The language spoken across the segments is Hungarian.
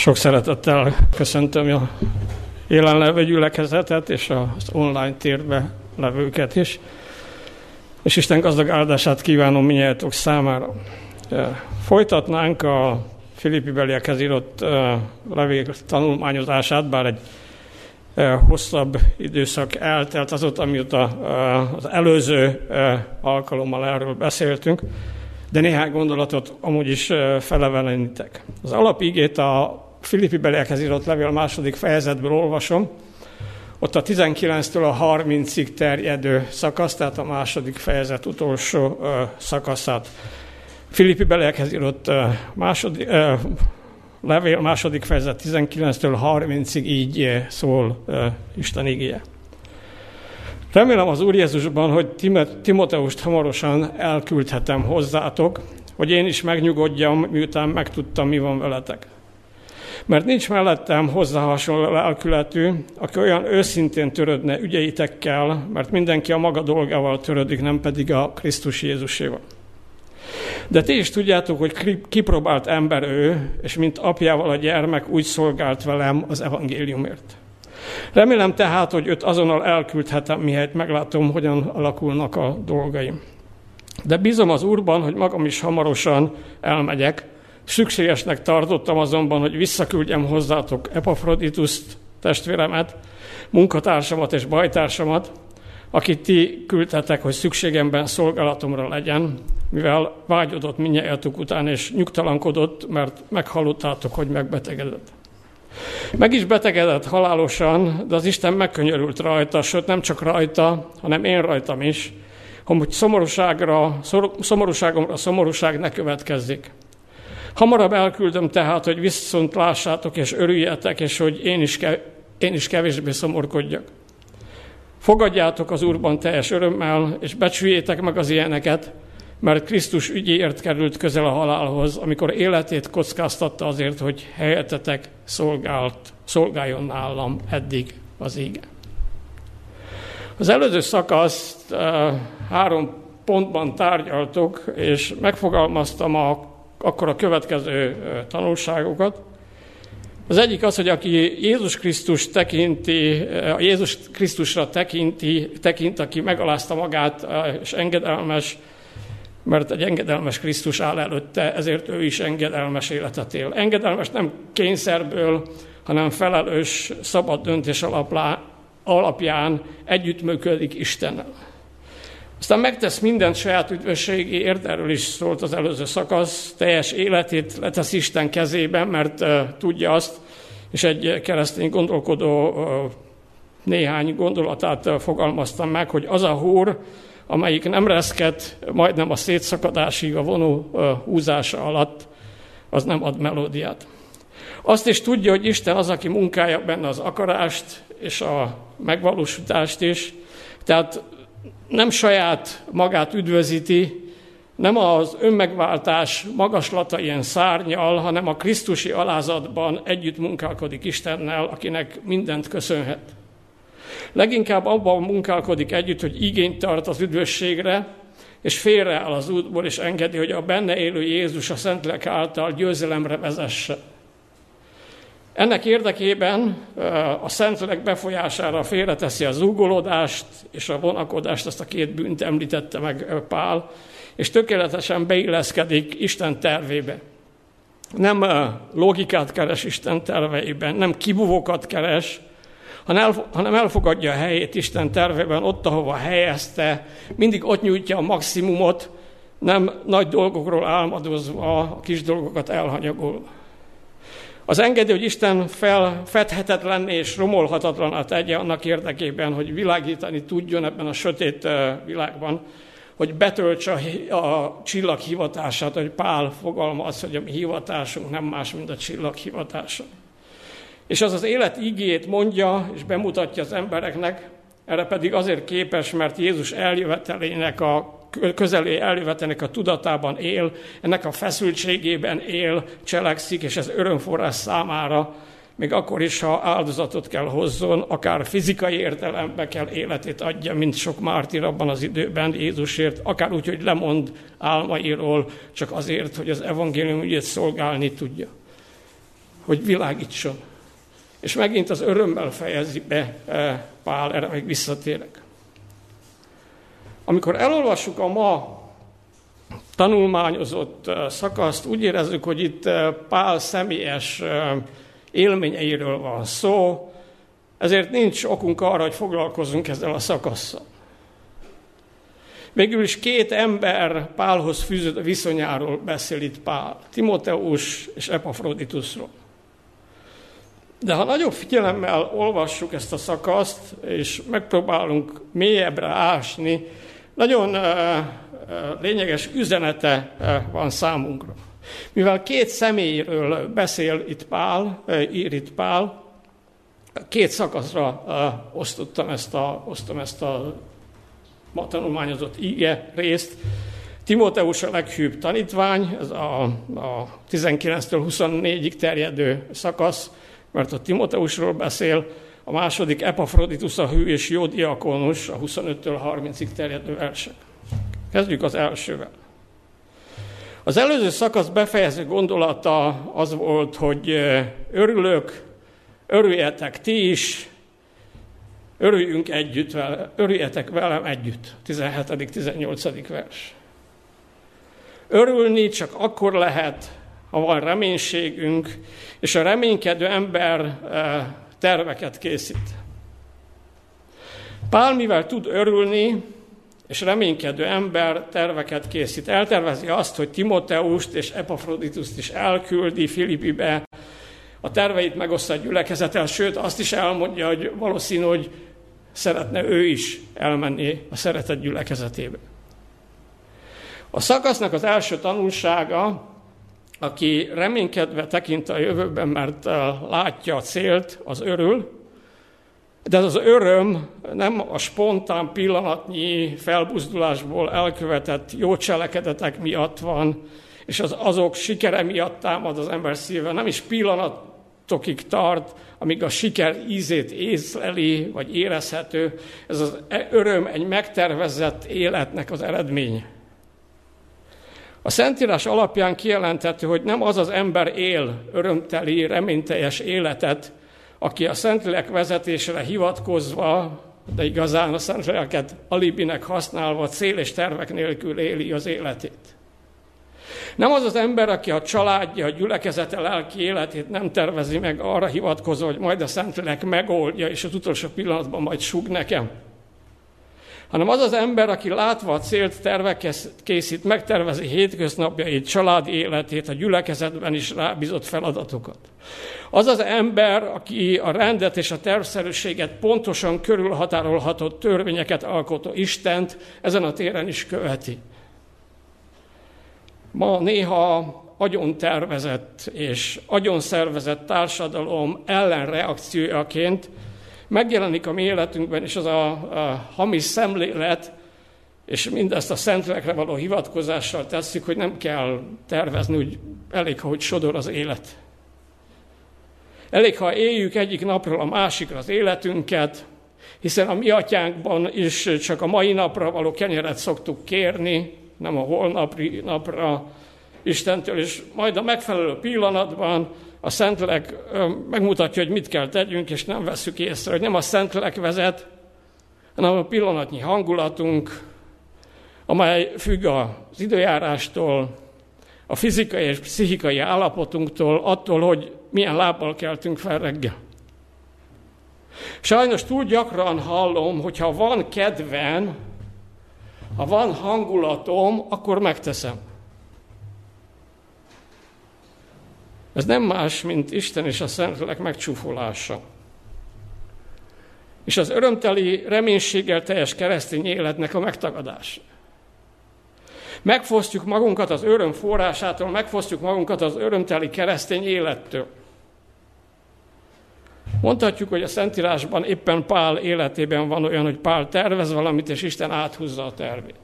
Sok szeretettel köszöntöm a jelenlevő gyülekezetet és az online térbe levőket is. És Isten gazdag áldását kívánom mindnyájatok számára. Folytatnánk a Filippi-beliekhez írott levél tanulmányozását, bár egy hosszabb időszak eltelt azóta, amióta az előző alkalommal erről beszéltünk, de néhány gondolatot amúgy is felevelenítek. Az alapigét a Filippi-beliekhez írott levél második fejezetből olvasom, ott a 19-től a 30-ig terjedő szakasz, tehát a második fejezet utolsó szakaszát. Filippi-beliekhez írott levél második fejezet 19-től 30-ig így szól Isten igéje. Remélem az Úr Jézusban, hogy Timoteust hamarosan elküldhetem hozzátok, hogy én is megnyugodjam, miután megtudtam, mi van veletek. Mert nincs mellettem hozzá hasonló lelkületű, aki olyan őszintén törődne ügyeitekkel, mert mindenki a maga dolgával törődik, nem pedig a Krisztus Jézuséval. De ti is tudjátok, hogy kipróbált ember ő, és mint apjával a gyermek úgy szolgált velem az evangéliumért. Remélem tehát, hogy őt azonnal elküldhetem, mihelyt meglátom, hogyan alakulnak a dolgaim. De bízom az Úrban, hogy magam is hamarosan elmegyek. Szükségesnek tartottam azonban, hogy visszaküldjem hozzátok Epafrodituszt, testvéremet, munkatársamat és bajtársamat, akit ti küldtetek, hogy szükségemben szolgálatomra legyen, mivel vágyodott mindnyájatok után, és nyugtalankodott, mert meghallottátok, hogy megbetegedett. Meg is betegedett halálosan, de az Isten megkönyörült rajta, sőt nem csak rajta, hanem én rajtam is, hogy szomorúságomra szomorúság ne következzék. Hamarabb elküldöm tehát, hogy viszont lássátok és örüljetek, és hogy én is kevésbé szomorkodjak. Fogadjátok az Úrban teljes örömmel, és becsüljétek meg az ilyeneket, mert Krisztus ügyéért került közel a halálhoz, amikor életét kockáztatta azért, hogy helyetetek szolgáljon nálam eddig az íge. Az előző szakaszt 3 pontban tárgyaltuk, és megfogalmaztam akkor a következő tanulságokat. Az egyik az, hogy aki Jézus Krisztusra tekint, aki megalázta magát, és engedelmes, mert egy engedelmes Krisztus áll előtte, ezért ő is engedelmes életet él. Engedelmes nem kényszerből, hanem felelős, szabad döntés alapján együttműködik Istennel. Aztán megtesz mindent saját üdvösségéért, erről is szólt az előző szakasz, teljes életét letesz Isten kezében, mert tudja azt, és egy keresztény gondolkodó néhány gondolatát fogalmaztam meg, hogy az a húr, amelyik nem reszket, majdnem a szétszakadásig a vonó húzása alatt, az nem ad melódiát. Azt is tudja, hogy Isten az, aki munkálja benne az akarást és a megvalósítást is, tehát nem saját magát üdvözíti, nem az önmegváltás magaslata ilyen szárnyal, hanem a krisztusi alázatban együtt munkálkodik Istennel, akinek mindent köszönhet. Leginkább abban munkálkodik együtt, hogy igényt tart az üdvösségre, és félreáll az útból, és engedi, hogy a benne élő Jézus a Szentlélek által győzelemre vezesse. Ennek érdekében a Szentlélek befolyására félreteszi a zúgolódást és a vonakodást, azt a 2 bűnt említette meg Pál, és tökéletesen beilleszkedik Isten tervébe. Nem logikát keres Isten terveiben, nem kibúvókat keres, hanem elfogadja a helyét Isten tervében, ott, ahova helyezte, mindig ott nyújtja a maximumot, nem nagy dolgokról álmodozva, a kis dolgokat elhanyagolva. Az engedi, hogy Isten fedhetetlenné és romolhatatlaná tegye annak érdekében, hogy világítani tudjon ebben a sötét világban, hogy betöltse a csillag hivatását, hogy Pál fogalmaz, hogy a mi hivatásunk nem más, mint a csillag hivatása. És az élet igéjét mondja, és bemutatja az embereknek, erre pedig azért képes, mert Jézus közeli eljövetelének a tudatában él, ennek a feszültségében él, cselekszik, és ez örömforrás számára, még akkor is, ha áldozatot kell hozzon, akár fizikai értelemben kell életét adja, mint sok mártír abban az időben Jézusért, akár úgy, hogy lemond álmairól, csak azért, hogy az evangélium ügyét szolgálni tudja. hogy világítson. És megint az örömmel fejezi be Pál, erre még visszatérek. Amikor elolvassuk a ma tanulmányozott szakaszt, úgy érezzük, hogy itt Pál személyes élményeiről van szó, ezért nincs okunk arra, hogy foglalkozzunk ezzel a szakasszal. Végül is két ember Pálhoz fűződő viszonyáról beszél itt Pál, Timóteus és Epafroditusról. De ha nagyobb figyelemmel olvassuk ezt a szakaszt, és megpróbálunk mélyebbre ásni, nagyon lényeges üzenete van számunkra. Mivel két személyről beszél itt Pál, ír itt Pál, két szakaszra osztom ezt a ma tanulmányozott ige részt. Timóteus a leghűbb tanítvány, ez a 19-től 24-ig terjedő szakasz, mert a Timóteusról beszél, a második Epafroditus a hű és jó diakonus, a 25-től 30-ig terjedő versek. Kezdjük az elsővel. Az előző szakasz befejező gondolata az volt, hogy örüljetek ti is, örüljünk együtt vele, örüljetek velem együtt. 17.-18. vers. Örülni csak akkor lehet, ha van reménységünk, és a reménykedő ember terveket készít. Pál, mivel tud örülni, és reménykedő ember terveket készít. Eltervezi azt, hogy Timóteust és Epafroditust is elküldi Filippibe, a terveit megosztja a gyülekezettel, sőt azt is elmondja, hogy valószínű, hogy szeretne ő is elmenni a szeretet gyülekezetébe. A szakasznak az első tanulsága, aki reménykedve tekint a jövőben, mert látja a célt, az örül, de ez az öröm nem a spontán pillanatnyi felbuzdulásból elkövetett jó cselekedetek miatt van, és azok sikere miatt támad az ember szíve, nem is pillanatokig tart, amíg a siker ízét észleli, vagy érezhető. Ez az öröm egy megtervezett életnek az eredménye. A Szentírás alapján kijelenthető, hogy nem az az ember él örömteli, reményteljes életet, aki a Szentlélek vezetésre hivatkozva, de igazán a Szentléleket alibinek használva cél és tervek nélkül éli az életét. Nem az az ember, aki a családja, a gyülekezete lelki életét nem tervezi meg arra hivatkozva, hogy majd a Szentlélek megoldja, és az utolsó pillanatban majd súg nekem. Hanem az az ember, aki látva a célt, terveket készít, megtervezi hétköznapjait, családi életét, a gyülekezetben is rábízott feladatokat. Az az ember, aki a rendet és a tervszerűséget pontosan körülhatárolhatott törvényeket alkotó Istent ezen a téren is követi. Ma néha agyon tervezett és agyon szervezett társadalom ellenreakciójaként megjelenik a mi életünkben, és az a hamis szemlélet, és mindezt a Szentlélekre való hivatkozással tesszük, hogy nem kell tervezni, úgy elég, hogy sodor az élet. Elég, ha éljük egyik napról a másikra az életünket, hiszen a mi atyánkban is csak a mai napra való kenyeret szoktuk kérni, nem a holnapi napra Istentől, és majd a megfelelő pillanatban a Szentlélek megmutatja, hogy mit kell tegyünk, és nem vesszük észre, hogy nem a Szentlélek vezet, hanem a pillanatnyi hangulatunk, amely függ az időjárástól, a fizikai és pszichikai állapotunktól, attól, hogy milyen lábbal keltünk fel reggel. Sajnos túl gyakran hallom, hogy ha van kedvem, ha van hangulatom, akkor megteszem. Ez nem más, mint Isten és a Szentlélek megcsúfolása. És az örömteli reménységgel teljes keresztény életnek a megtagadása. Megfosztjuk magunkat az öröm forrásától, megfosztjuk magunkat az örömteli keresztény élettől. Mondhatjuk, hogy a Szentírásban éppen Pál életében van olyan, hogy Pál tervez valamit, és Isten áthúzza a tervét.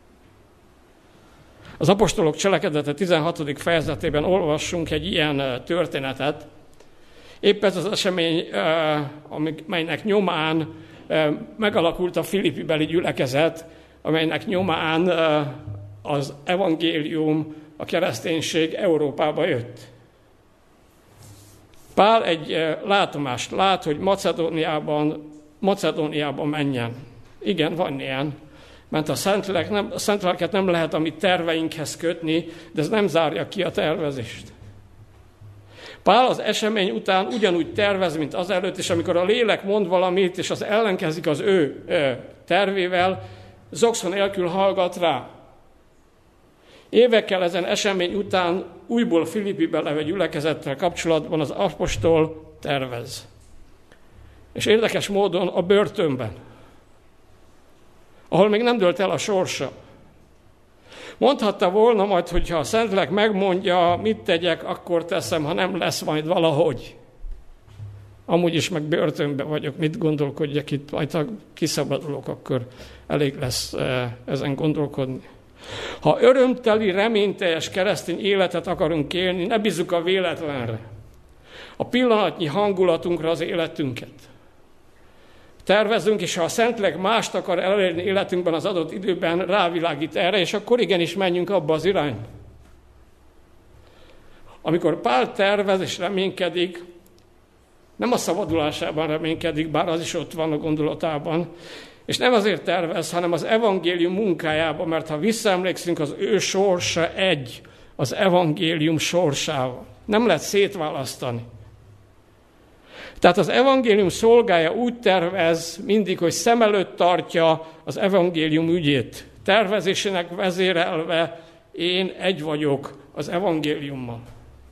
Az apostolok cselekedete 16. fejezetében olvassunk egy ilyen történetet. Épp ez az esemény, amelynek nyomán megalakult a Filippi-beli gyülekezet, amelynek nyomán az evangélium, a kereszténység Európába jött. Pál egy látomást lát, hogy Macedóniában menjen. Igen, van ilyen, mert a Szentléleket nem lehet a mi terveinkhez kötni, de ez nem zárja ki a tervezést. Pál az esemény után ugyanúgy tervez, mint azelőtt, és amikor a lélek mond valamit, és az ellenkezik az ő tervével, zokszó nélkül hallgat rá. Évekkel ezen esemény után újból Filippibe levő gyülekezettel kapcsolatban az apostol tervez. És érdekes módon a börtönben, ahol még nem dőlt el a sorsa. Mondhatta volna majd, hogyha a Szentlélek megmondja, mit tegyek, akkor teszem, ha nem lesz majd valahogy. Amúgy is meg börtönben vagyok, mit gondolkodjak itt, majd ha kiszabadulok, akkor elég lesz ezen gondolkodni. Ha örömteli, reményteljes keresztény életet akarunk élni, ne bízzuk a véletlenre, a pillanatnyi hangulatunkra az életünket. Tervezünk, és ha a Szentlélek mást akar elérni életünkben az adott időben, rávilágít erre, és akkor igenis menjünk abba az irányba. Amikor Pál tervez és reménykedik, nem a szabadulásában reménykedik, bár az is ott van a gondolatában, és nem azért tervez, hanem az evangélium munkájában, mert ha visszaemlékszünk, az ő sorsa egy az evangélium sorsával. Nem lehet szétválasztani. Tehát az evangélium szolgája úgy tervez mindig, hogy szem előtt tartja az evangélium ügyét. Tervezésének vezérelve én egy vagyok az evangéliummal.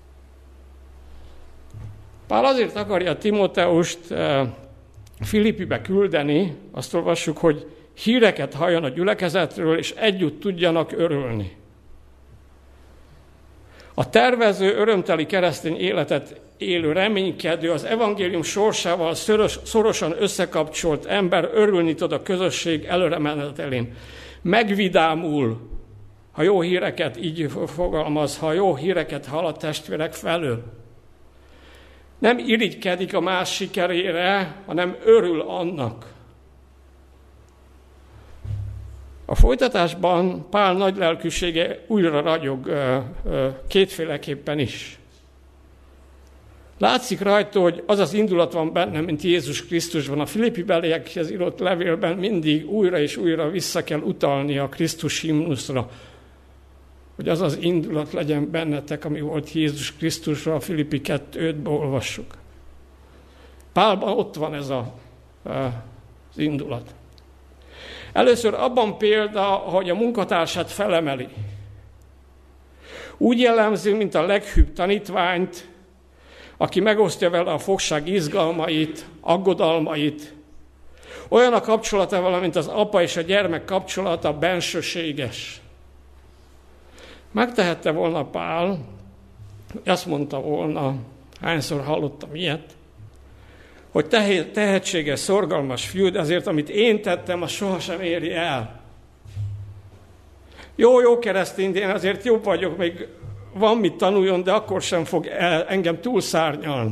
Pál azért akarja Timóteust Filippibe küldeni, azt olvassuk, hogy híreket halljon a gyülekezetről, és együtt tudjanak örülni. A tervező, örömteli keresztény életet élő, reménykedő, az evangélium sorsával szorosan összekapcsolt ember örülni tud a közösség előremenetelén. Megvidámul, ha jó híreket, így fogalmaz, ha jó híreket hall a testvérek felől. Nem irigykedik a más sikerére, hanem örül annak. A folytatásban Pál nagy lelkűsége újra ragyog kétféleképpen is. Látszik rajta, hogy az az indulat van benne, mint Jézus Krisztusban. A Filippi-beliekhez írott levélben mindig újra és újra vissza kell utalni a Krisztus himnuszra, hogy az az indulat legyen bennetek, ami volt Jézus Krisztusra, a Filippi 2:5-ben olvassuk. Pálban ott van ez az indulat. Először abban példa, hogy a munkatársát felemeli. Úgy jellemző, mint a leghűbb tanítványt, aki megosztja vele a fogság izgalmait, aggodalmait. Olyan a kapcsolata vele, mint az apa és a gyermek kapcsolata, bensőséges. Megtehette volna Pál, azt mondta volna, hányszor hallottam ilyet, hogy tehetséges, szorgalmas fiú, de azért, amit én tettem, az sohasem éri el. Jó keresztény, én azért jobb vagyok, még van mit tanuljon, de akkor sem fog engem túlszárnyalni.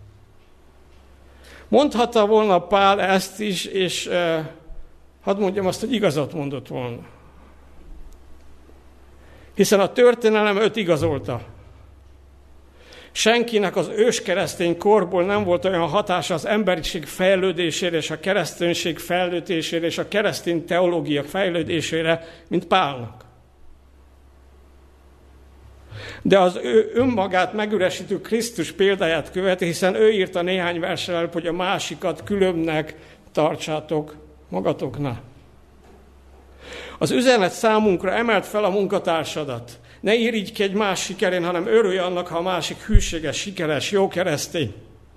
Mondhatta volna Pál ezt is, és hadd mondjam azt, hogy igazat mondott volna. Hiszen a történelem őt igazolta. Senkinek az őskeresztény korból nem volt olyan hatása az emberiség fejlődésére, és a kereszténység fejlődésére, és a keresztény teológia fejlődésére, mint Pálnak. De az ő önmagát megüresítő Krisztus példáját követi, hiszen ő írta néhány verssel, hogy a másikat különbnek tartsátok magatoknál. Az üzenet számunkra emelt fel a munkatársadat. Ne irigykedj más sikerén, hanem örülj annak, ha a másik hűséges, sikeres, jó keresztény.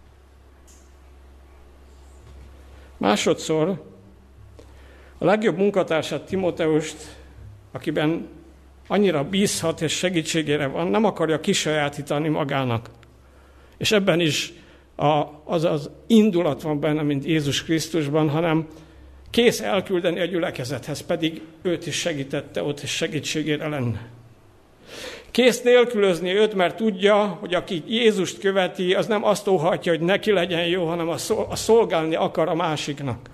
Másodszor a legjobb munkatársat, Timóteust, akiben annyira bízhat és segítségére van, nem akarja kisajátítani magának. És ebben is az indulat van benne, mint Jézus Krisztusban, hanem kész elküldeni a gyülekezethez, pedig őt is segítette ott, és segítségére lenne. Kész nélkülözni őt, mert tudja, hogy aki Jézust követi, az nem azt óhatja, hogy neki legyen jó, hanem a szolgálni akar a másiknak.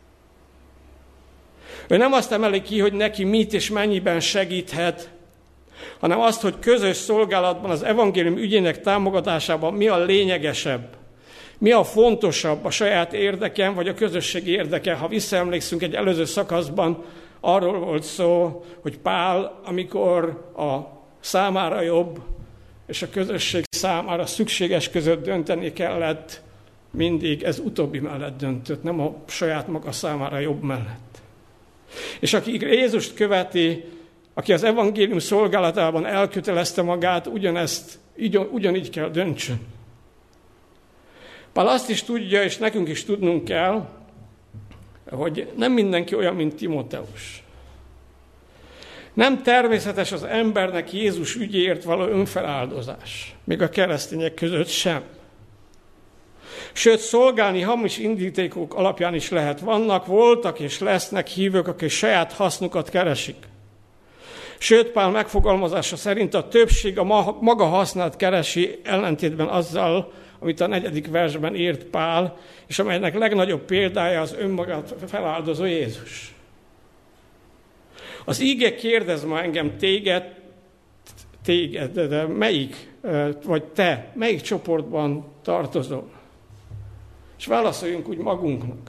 Ő nem azt emeli ki, hogy neki mit és mennyiben segíthet, hanem azt, hogy közös szolgálatban, az evangélium ügyének támogatásában mi a lényegesebb, mi a fontosabb, a saját érdekem vagy a közösségi érdeke. Ha visszaemlékszünk egy előző szakaszban, arról volt szó, hogy Pál, amikor a számára jobb és a közösség számára szükséges között dönteni kellett, mindig ez utóbbi mellett döntött, nem a saját maga számára jobb mellett. És aki Jézust követi, aki az evangélium szolgálatában elkötelezte magát, ugyanígy kell döntsön. Pál azt is tudja, és nekünk is tudnunk kell, hogy nem mindenki olyan, mint Timóteus. Nem természetes az embernek Jézus ügyéért való önfeláldozás, még a keresztények között sem. Sőt, szolgálni hamis indítékok alapján is lehet. Voltak és lesznek hívők, akik saját hasznukat keresik. Sőt, Pál megfogalmazása szerint a többség a maga hasznát keresi, ellentétben azzal, amit a 4. versben írt Pál, és amelynek legnagyobb példája az önmagát feláldozó Jézus. Az íge kérdez ma engem téged, de melyik csoportban tartozol? És válaszoljunk úgy magunknak.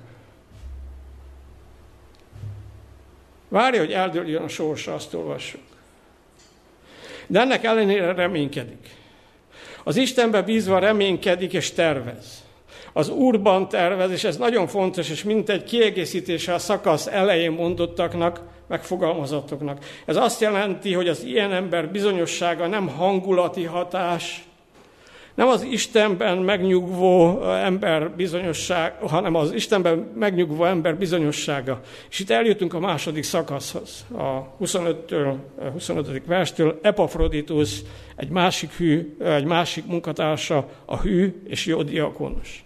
Várja, hogy eldőljön a sorsa, azt olvassuk. De ennek ellenére reménykedik. Az Istenbe bízva reménykedik és tervez. Az Úrban tervez, és ez nagyon fontos, és mint egy kiegészítése a szakasz elején mondottaknak, megfogalmazatoknak. Ez azt jelenti, hogy az ilyen ember bizonyossága nem hangulati hatás, nem az Istenben megnyugvó ember bizonyossága, hanem az Istenben megnyugvó ember bizonyossága. És itt eljutunk a második szakaszhoz, a 25. verstől. Epafroditus, egy másik munkatársa, a hű és jó diakonus.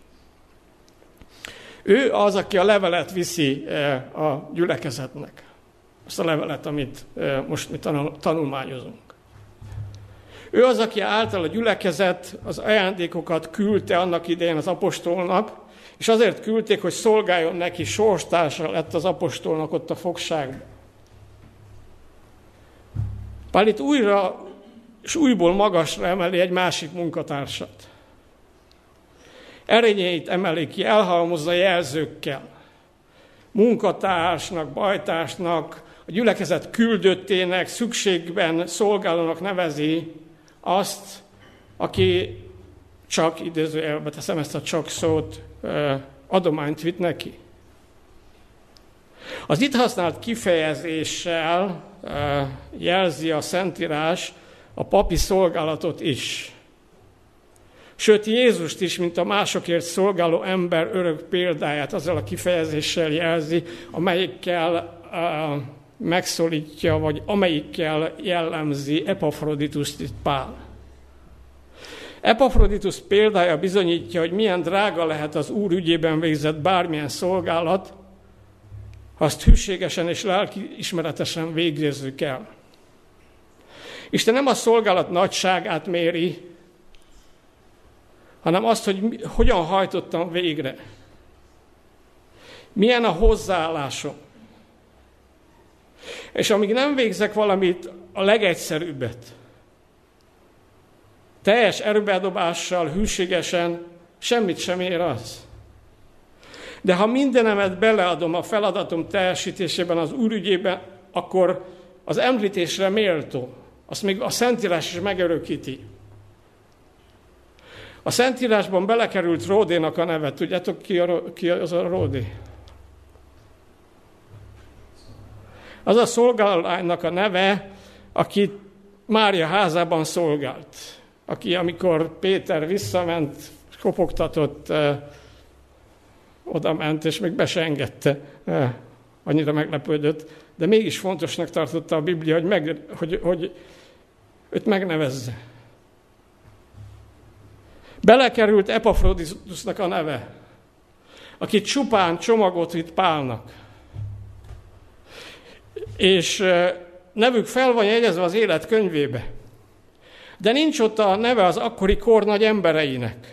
Ő az, aki a levelet viszi a gyülekezetnek. Azt a levelet, amit most mi tanulmányozunk. Ő az, aki által a gyülekezet az ajándékokat küldte annak idején az apostolnak, és azért küldték, hogy szolgáljon neki, sorstársa lett az apostolnak ott a fogságban. Pál itt újra és újból magasra emeli egy másik munkatársat. Erényeit emeli ki, elhalmozza jelzőkkel. Munkatársnak, bajtársnak, a gyülekezet küldöttének, szükségben szolgálónak nevezi azt, aki csak, idézőjelbe teszem ezt a csak szót, adományt vitt neki. Az itt használt kifejezéssel jelzi a Szentírás a papi szolgálatot is. Sőt, Jézust is, mint a másokért szolgáló ember örök példáját azzal a kifejezéssel jelzi, amelyikkel megszólítja, vagy amelyikkel jellemzi Epafroditust itt Pál. Epafroditus példája bizonyítja, hogy milyen drága lehet az Úr ügyében végzett bármilyen szolgálat, ha azt hűségesen és lelkiismeretesen végezzük el. Isten nem a szolgálat nagyságát méri, hanem azt, hogy hogyan hajtottam végre. Milyen a hozzáállásom. És amíg nem végzek valamit, a legegyszerűbbet, teljes erőbedobással, hűségesen, semmit sem ér az. De ha mindenemet beleadom a feladatom teljesítésében az Úr ügyében, akkor az említésre méltó. Azt még a Szentírás is megörökíti. A Szentírásban belekerült Ródénak a neve. Tudjátok, ki az a Ródé? Az a szolgálólánynak a neve, aki Mária házában szolgált. Aki, amikor Péter visszament, kopogtatott, oda ment, és még be se engedte. Annyira meglepődött. De mégis fontosnak tartotta a Biblia, hogy őt megnevezze. Belekerült Epafroditusnak a neve, aki csupán csomagot vitt Pálnak. És nevük fel van jegyezve az élet könyvébe. De nincs ott a neve az akkori kor nagy embereinek.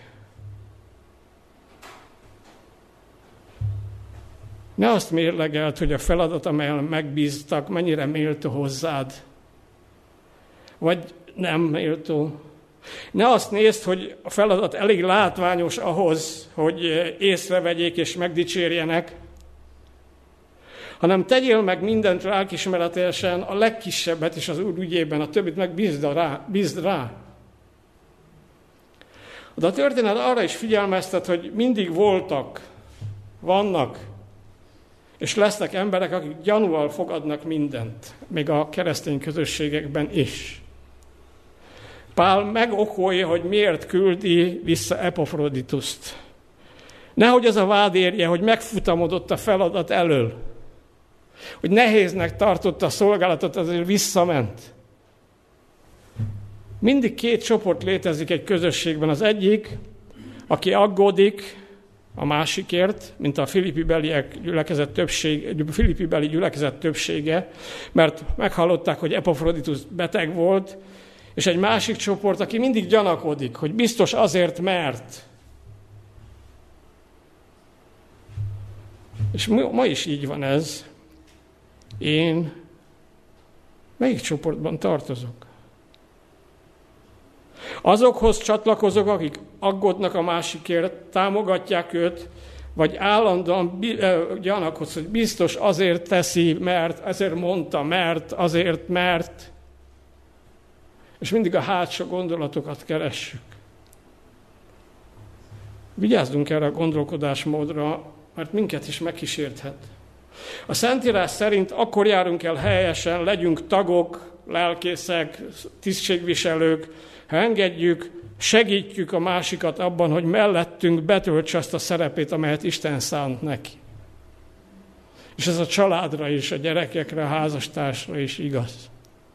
Ne azt mérlegeld, hogy a feladat, amelyen megbíztak, mennyire méltó hozzád, vagy nem méltó. Ne azt nézd, hogy a feladat elég látványos ahhoz, hogy észrevegyék és megdicsérjenek, hanem tegyél meg mindent lelkiismeretesen, a legkisebbet is az Úr ügyében, a többit meg bízd rá. De a történet arra is figyelmeztet, hogy mindig voltak, vannak, és lesznek emberek, akik gyanúval fogadnak mindent, még a keresztény közösségekben is. Pál megokolja, hogy miért küldi vissza Epafrodituszt. Nehogy az a vád érje, hogy megfutamodott a feladat elől, hogy nehéznek tartotta a szolgálatot, azért visszament. Mindig két csoport létezik egy közösségben. Az egyik, aki aggódik a másikért, mint a filippi-beli gyülekezet többsége, mert meghallották, hogy Epafroditus beteg volt, és egy másik csoport, aki mindig gyanakodik, hogy biztos azért, mert. És ma is így van ez. Én melyik csoportban tartozok? Azokhoz csatlakozok, akik aggódnak a másikért, támogatják őt, vagy állandóan gyanakodsz, hogy biztos azért teszi, mert, ezért mondta, mert, azért, mert. És mindig a hátsó gondolatokat keressük. Vigyázzunk erre a gondolkodásmódra, mert minket is megkísérthet. A Szentírás szerint akkor járunk el helyesen, legyünk tagok, lelkészek, tisztségviselők, ha engedjük, segítjük a másikat abban, hogy mellettünk betöltse azt a szerepét, amelyet Isten szánt neki. És ez a családra is, a gyerekekre, a házastársra is igaz.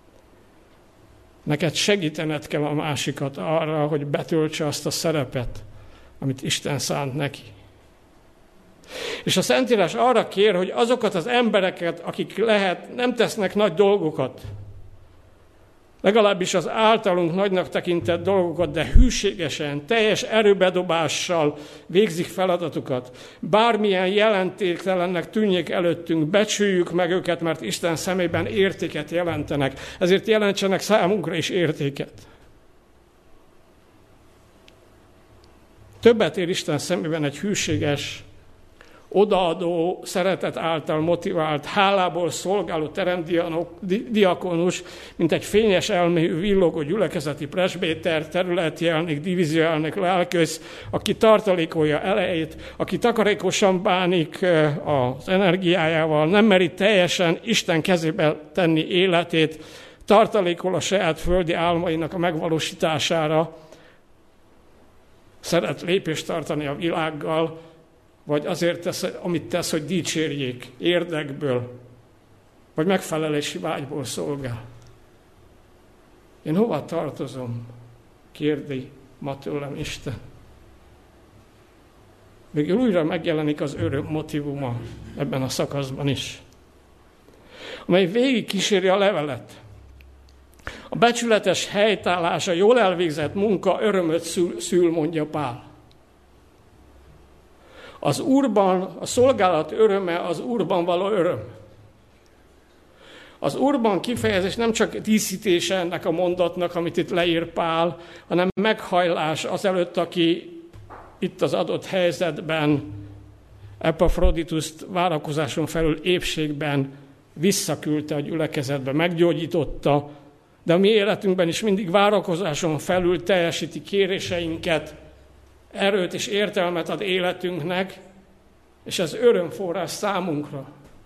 Neked segítened kell a másikat arra, hogy betöltse azt a szerepet, amit Isten szánt neki. És a Szentírás arra kér, hogy azokat az embereket, akik nem tesznek nagy dolgokat, legalábbis az általunk nagynak tekintett dolgokat, de hűségesen, teljes erőbedobással végzik feladatukat. Bármilyen jelentéktelennek tűnjék előttünk, becsüljük meg őket, mert Isten szemében értéket jelentenek. Ezért jelentsenek számunkra is értéket. Többet ér Isten szemében egy hűséges, odaadó, szeretet által motivált, hálából szolgáló teremdiakonus, mint egy fényes elméjű, villogó gyülekezeti presbéter, területi elnök, divízióelnök, lelkész, aki tartalékolja elejét, aki takarékosan bánik az energiájával, nem meri teljesen Isten kezébe tenni életét, tartalékol a saját földi álmainak a megvalósítására, szeret lépést tartani a világgal, vagy azért tesz, amit tesz, hogy dicsérjék érdekből, vagy megfelelési vágyból szolgál. Én hova tartozom? Kérdi ma tőlem Isten. Végül újra megjelenik az öröm motivuma ebben a szakaszban is, amely végig kíséri a levelet. A becsületes helytállás, a jól elvégzett munka örömöt szül, mondja Pál. Az Úrban, a szolgálat öröme az Úrban való öröm. Az Úrban kifejezés nem csak díszítése ennek a mondatnak, amit itt leír Pál, hanem meghajlás azelőtt, aki itt az adott helyzetben Epafroditust várakozáson felül épségben visszaküldte a gyülekezetbe, meggyógyította, de a mi életünkben is mindig várakozáson felül teljesíti kéréseinket, erőt és értelmet ad életünknek, és ez örömforrás számunkra.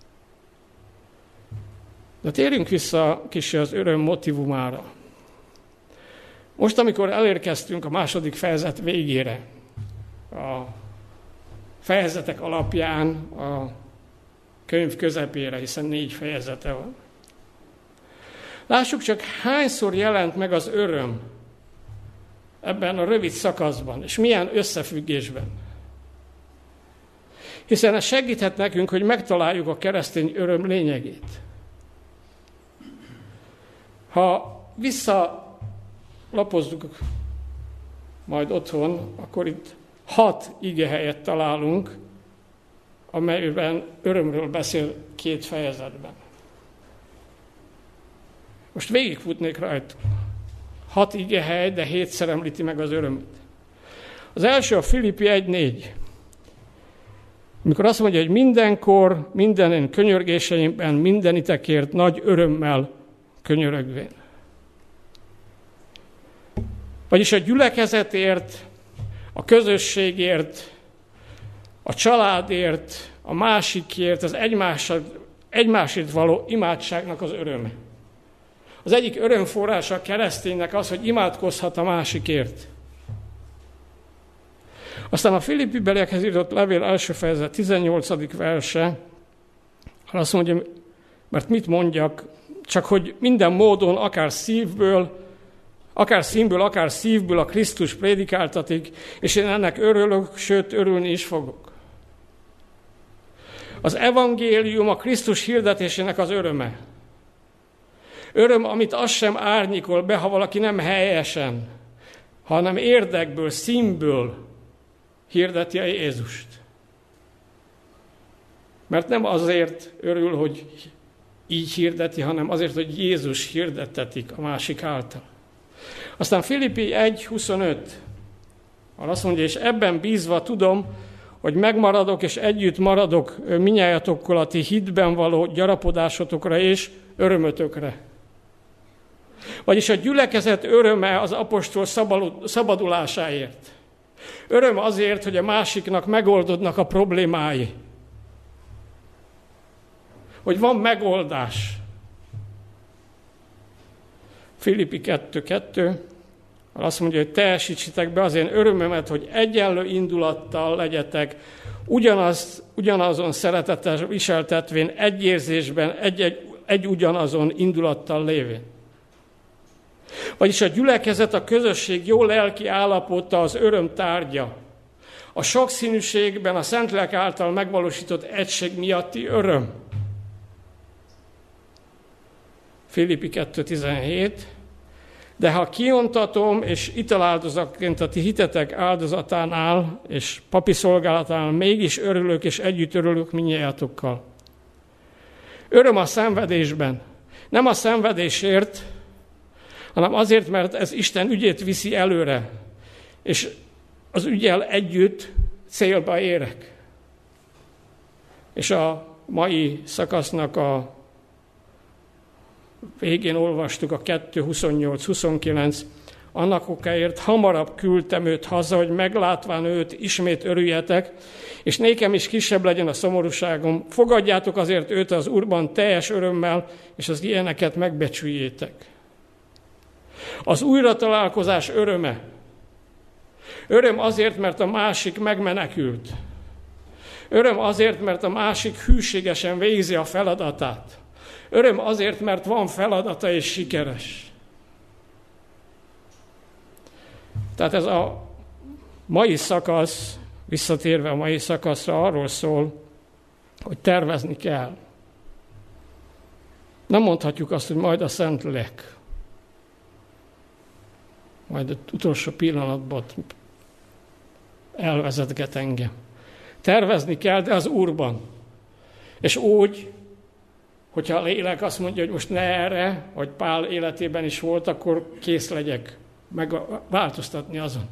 De térjünk vissza kicsi az öröm motivumára. Most, amikor elérkeztünk a második fejezet végére, a fejezetek alapján a könyv közepére, hiszen 4 fejezete van. Lássuk csak, hányszor jelent meg az öröm ebben a rövid szakaszban, és milyen összefüggésben. Hiszen ez segíthet nekünk, hogy megtaláljuk a keresztény öröm lényegét. Ha visszalapozzuk majd otthon, akkor itt 6 igehelyet találunk, amelyben örömről beszél 2 fejezetben. Most végigfutnék rajta. 6 igehely, de 7-szer említi meg az örömöt. Az első a Filippi 1:4. Amikor azt mondja, hogy mindenkor, minden könyörgéseimben, mindenitekért nagy örömmel könyörögvén. Vagyis a gyülekezetért, a közösségért, a családért, a másikért, az egymásért való imádságnak az öröme. Az egyik örömforrása a kereszténynek az, hogy imádkozhat a másikért. Aztán a Filippi beliekhez írott levél első fejezet 18. verse, azt mondja, mert mit mondjak, csak hogy minden módon, akár színből, akár szívből a Krisztus prédikáltatik, és én ennek örülök, sőt örülni is fogok. Az evangélium a Krisztus hirdetésének az öröme. Öröm, amit az sem árnyékol be, ha valaki nem helyesen, hanem érdekből, színből hirdeti a Jézust. Mert nem azért örül, hogy így hirdeti, hanem azért, hogy Jézus hirdettetik a másik által. Aztán Filippi 1:25. Azt mondja, és ebben bízva tudom, hogy megmaradok és együtt maradok minnyájatokkal a ti hitben való gyarapodásotokra és örömötökre. Vagyis a gyülekezet öröme az apostol szabadulásáért. Öröm azért, hogy a másiknak megoldódnak a problémái. Hogy van megoldás. Filippi 2:2 azt mondja, hogy teljesítsétek be az én örömömet, hogy egyenlő indulattal legyetek, ugyanazon szeretettel viseltetvén, egy érzésben, egy ugyanazon indulattal lévén. Vagyis a gyülekezet, a közösség jó lelki állapota az öröm tárgya. A sokszínűségben a Szentlélek által megvalósított egység miatti öröm. Filippi 2:17. De ha kiontatom, és italáldozatként a ti hitetek áldozatánál, és papi szolgálatánál mégis örülök, és együtt örülök mindnyájatokkal. Öröm a szenvedésben. Nem a szenvedésért, hanem azért, mert ez Isten ügyét viszi előre, és az ügyel együtt célba érek. És a mai szakasznak a végén olvastuk a 2:28-29, annak okáért hamarabb küldtem őt haza, hogy meglátván őt ismét örüljetek, és nékem is kisebb legyen a szomorúságom. Fogadjátok azért őt az Úrban teljes örömmel, és az ilyeneket megbecsüljétek. Az újratalálkozás öröme. Öröm azért, mert a másik megmenekült. Öröm azért, mert a másik hűségesen végzi a feladatát. Öröm azért, mert van feladata és sikeres. Tehát ez a mai szakasz, visszatérve a mai szakaszra, arról szól, hogy tervezni kell. Nem mondhatjuk azt, hogy majd a Szentlélek. Majd az utolsó pillanatban elvezetget engem. Tervezni kell, de az Úrban. És úgy, hogyha a lélek azt mondja, hogy most ne erre, vagy Pál életében is volt, akkor kész legyek változtatni azon.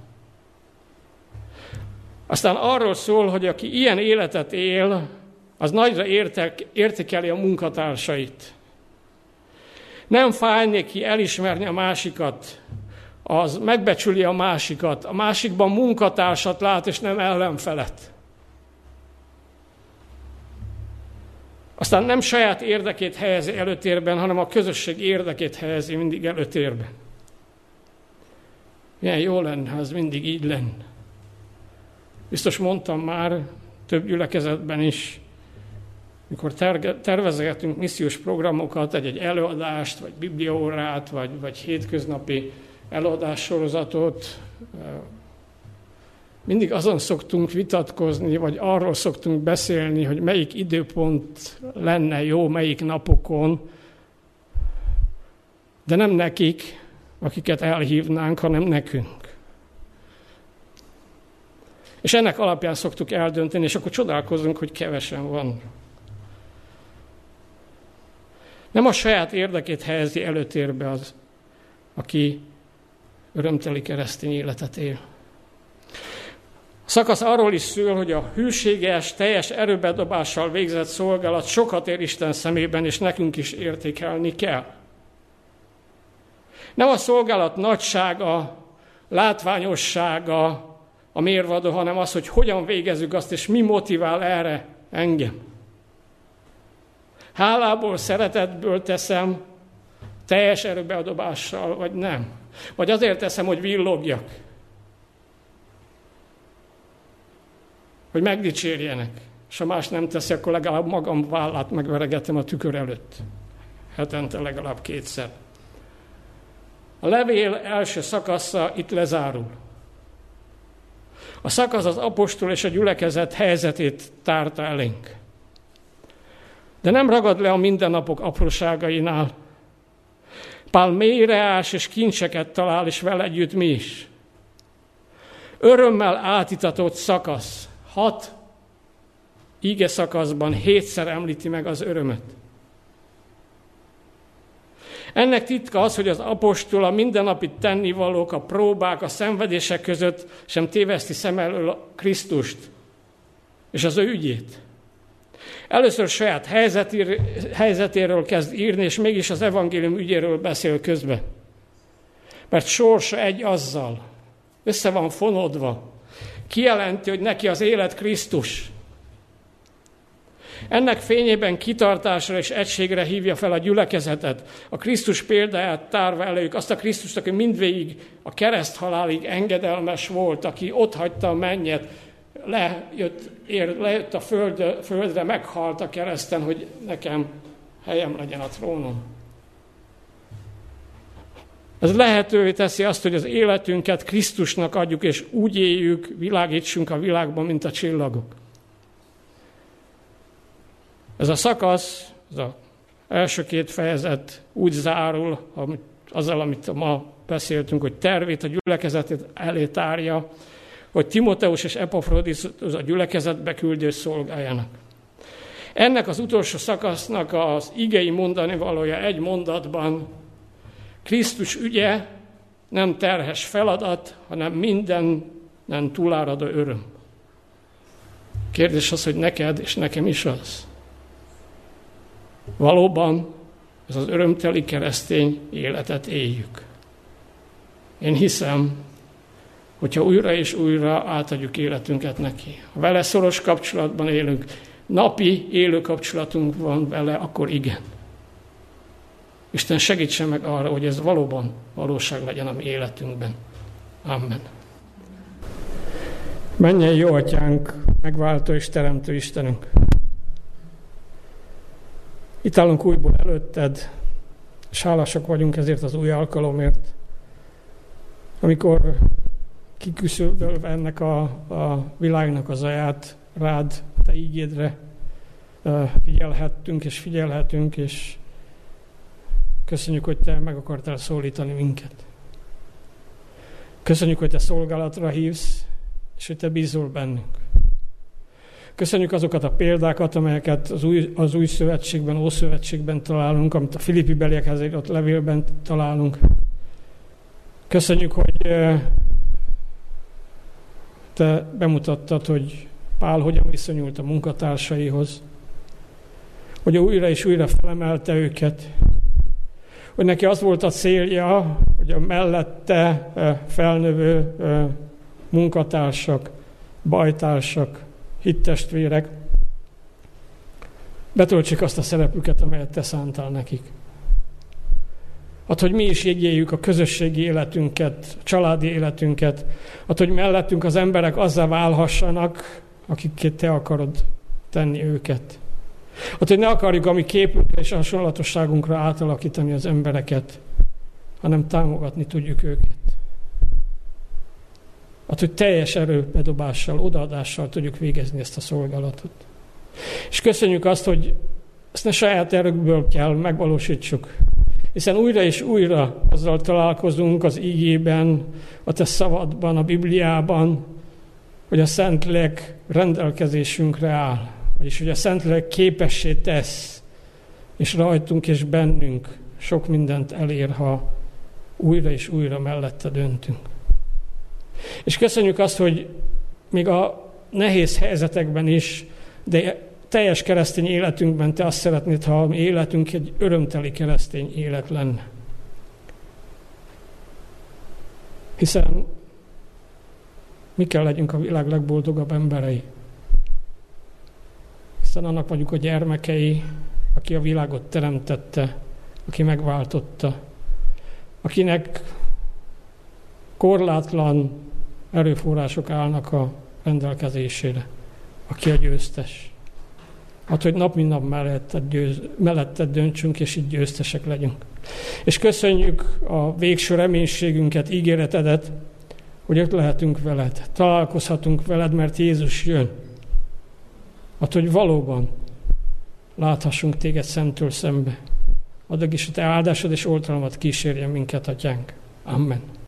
Aztán arról szól, hogy aki ilyen életet él, az nagyra értékeli a munkatársait. Nem fáj neki elismerni a másikat, az megbecsüli a másikat, a másikban munkatársat lát, és nem ellenfelet. Aztán nem saját érdekét helyezi előtérben, hanem a közösség érdekét helyezi mindig előtérben. Milyen jó lenne, ha ez mindig így lenne. Biztos mondtam már több gyülekezetben is, mikor tervezgetünk missziós programokat, egy előadást, vagy bibliaórát, vagy hétköznapi előadássorozatot, mindig azon szoktunk vitatkozni, vagy arról szoktunk beszélni, hogy melyik időpont lenne jó, melyik napokon, de nem nekik, akiket elhívnánk, hanem nekünk. És ennek alapján szoktuk eldönteni, és akkor csodálkozunk, hogy kevesen van. Nem a saját érdekét helyezi előtérbe az, aki örömteli keresztény életet él. A szakasz arról is szól, hogy a hűséges, teljes erőbedobással végzett szolgálat sokat ér Isten szemében, és nekünk is értékelni kell. Nem a szolgálat nagysága, látványossága a mérvadó, hanem az, hogy hogyan végezzük azt, és mi motivál erre engem. Hálából, szeretetből teszem, teljes erőbedobással, vagy nem. Vagy azért teszem, hogy villogjak. Hogy megdicsérjenek. És ha más nem teszi, akkor legalább magam vállát megveregetem a tükör előtt. Hetente legalább 2-szer. A levél első szakasza itt lezárul. A szakasz az apostol és a gyülekezet helyzetét tárta elénk. De nem ragad le a mindennapok apróságainál. Pál mélyre ás és kincseket talál, és vele együtt mi is. Örömmel átitatott szakasz. 6 ige szakaszban 7-szer említi meg az örömöt. Ennek titka az, hogy az apostol a mindennapi tennivalók, a próbák, a szenvedések között sem téveszti szem elől a Krisztust és az ő ügyét. Először saját helyzetéről kezd írni, és mégis az evangélium ügyéről beszél közben. Mert sorsa egy azzal, össze van fonódva, kijelenti, hogy neki az élet Krisztus. Ennek fényében kitartásra és egységre hívja fel a gyülekezetet, a Krisztus példáját tárva előjük, azt a Krisztust, aki mindvégig a kereszthalálig engedelmes volt, aki otthagyta a mennyet, lejött a földre, meghalt a kereszten, hogy nekem helyem legyen a trónon. Ez lehetővé teszi azt, hogy az életünket Krisztusnak adjuk, és úgy éljük, világítsunk a világban, mint a csillagok. Ez a szakasz, ez az első 2 fejezet úgy zárul, azzal, amit ma beszéltünk, hogy tervét a gyülekezetét elé tárja, hogy Timoteus és Epafroditus a gyülekezetbe küldő szolgáljanak. Ennek az utolsó szakasznak az igei mondani valója egy mondatban: Krisztus ügye nem terhes feladat, hanem mindenen túláradó öröm. Kérdés az, hogy neked és nekem is az. Valóban ez az örömteli keresztény életet éljük. Én hiszem, hogyha újra és újra átadjuk életünket neki, ha vele szoros kapcsolatban élünk, napi élő kapcsolatunk van vele, akkor igen. Isten segítsen meg arra, hogy ez valóban valóság legyen a mi életünkben. Amen. Menjen jó Atyánk, megváltó és teremtő Istenünk! Itt állunk újból előtted, és hálásak vagyunk ezért az új alkalomért, amikor kiküszöbölve ennek a világnak az aját rád, te ígédre figyelhettünk és figyelhetünk, és köszönjük, hogy te meg akartál szólítani minket. Köszönjük, hogy te szolgálatra hívsz, és hogy te bízol bennünk. Köszönjük azokat a példákat, amelyeket az új szövetségben, Ószövetségben találunk, amit a Filippi beliekhez írott levélben találunk. Köszönjük, hogy te bemutattad, hogy Pál hogyan viszonyult a munkatársaihoz, hogy újra és újra felemelte őket, hogy neki az volt a célja, hogy a mellette felnövő munkatársak, bajtársak, hittestvérek betöltsék azt a szerepüket, amelyet te szántál nekik. Hogy mi is jegyeljük a közösségi életünket, a családi életünket, hogy mellettünk az emberek azzá válhassanak, akikké te akarod tenni őket. Hogy ne akarjuk a mi képünkre és hasonlatosságunkra átalakítani az embereket, hanem támogatni tudjuk őket. Hogy teljes erőbedobással, odaadással tudjuk végezni ezt a szolgálatot. És köszönjük azt, hogy ezt ne saját erőkből kell megvalósítsuk, hiszen újra és újra azzal találkozunk az igében, a te szavadban, a Bibliában, hogy a Szentlélek rendelkezésünkre áll, vagyis hogy a Szentlélek képessé tesz, és rajtunk és bennünk sok mindent elér, ha újra és újra mellette döntünk. És köszönjük azt, hogy még a nehéz helyzetekben is, de teljes keresztény életünkben Te azt szeretnéd, ha a mi életünk egy örömteli keresztény élet lenne. Hiszen mi kell legyünk a világ legboldogabb emberei. Hiszen annak vagyunk a gyermekei, aki a világot teremtette, aki megváltotta, akinek korlátlan erőforrások állnak a rendelkezésére, aki a győztes. Hát, hogy nap mint nap melletted döntsünk, és így győztesek legyünk. És köszönjük a végső reménységünket, ígéretedet, hogy ott lehetünk veled, találkozhatunk veled, mert Jézus jön. Hát, hogy valóban láthassunk téged szemtől szembe. Addig is a te áldásod és oltalmat kísérjen minket, atyánk. Amen.